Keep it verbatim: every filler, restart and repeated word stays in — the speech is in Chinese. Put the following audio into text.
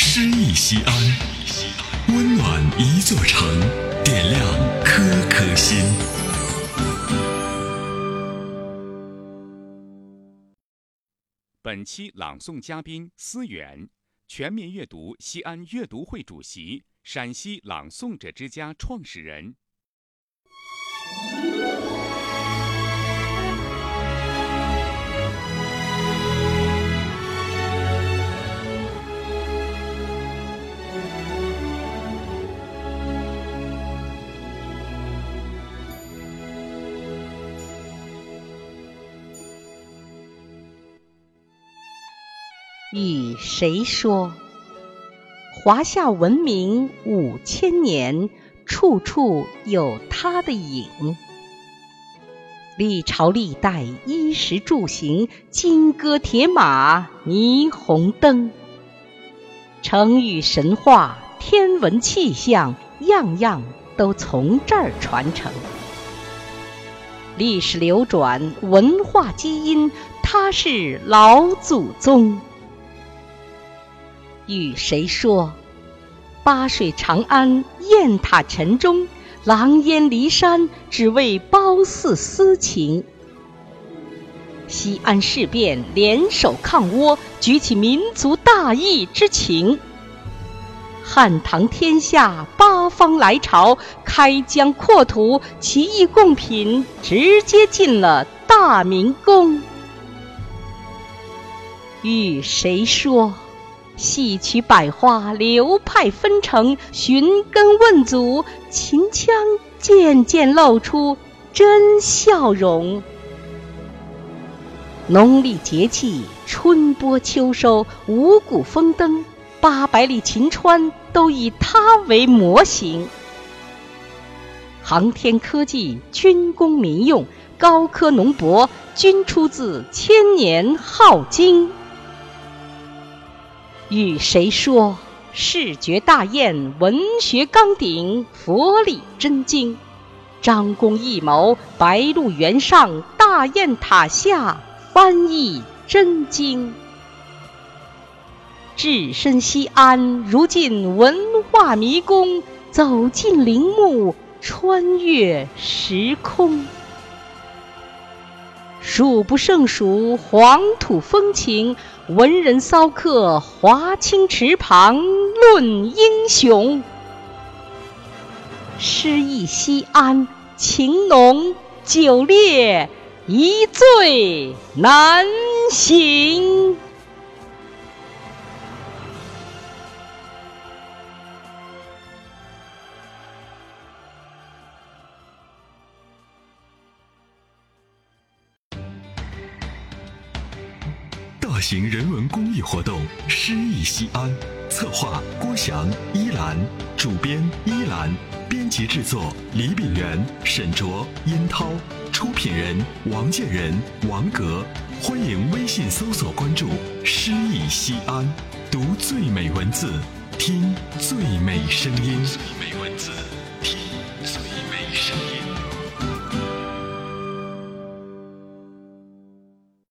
诗意西安，温暖一座城，点亮颗颗心。 本期朗诵嘉宾思源，全面阅读西安阅读会主席，陕西朗诵者之家创始人。 与谁说？华夏文明五千年，处处有它的影。历朝历代衣食住行，金戈铁马，霓虹灯。成语神话，天文气象，样样都从这儿传承。历史流转，文化基因，它是老祖宗。与谁说？八水长安，雁塔城中，狼烟骊山，只为褒姒私情。西安事变，联手抗倭，举起民族大义之情。汉唐天下，八方来朝，开疆扩土，奇异贡品直接进了大明宫。与谁说？戏曲百花，流派纷呈，寻根问祖，秦腔渐渐露出真笑容。农历节气，春播秋收，五谷丰登，八百里秦川都以它为模型。航天科技，军工民用，高科农博，均出自千年浩经。与谁说？视觉大雁，文学纲鼎，佛理真经。张公一谋，白鹿原上，大雁塔下，翻译真经。置身西安，如进文化迷宫，走进陵墓，穿越时空。数不胜数黄土风情，文人骚客华清池旁论英雄。诗意西安，情浓酒烈，一醉难醒。 大型人文公益活动诗意西安，策划郭翔、依兰，主编依兰，编辑制作李炳元、沈卓、殷涛，出品人王建仁、王格。欢迎微信搜索关注诗意西安，读最美文字，听最美声音。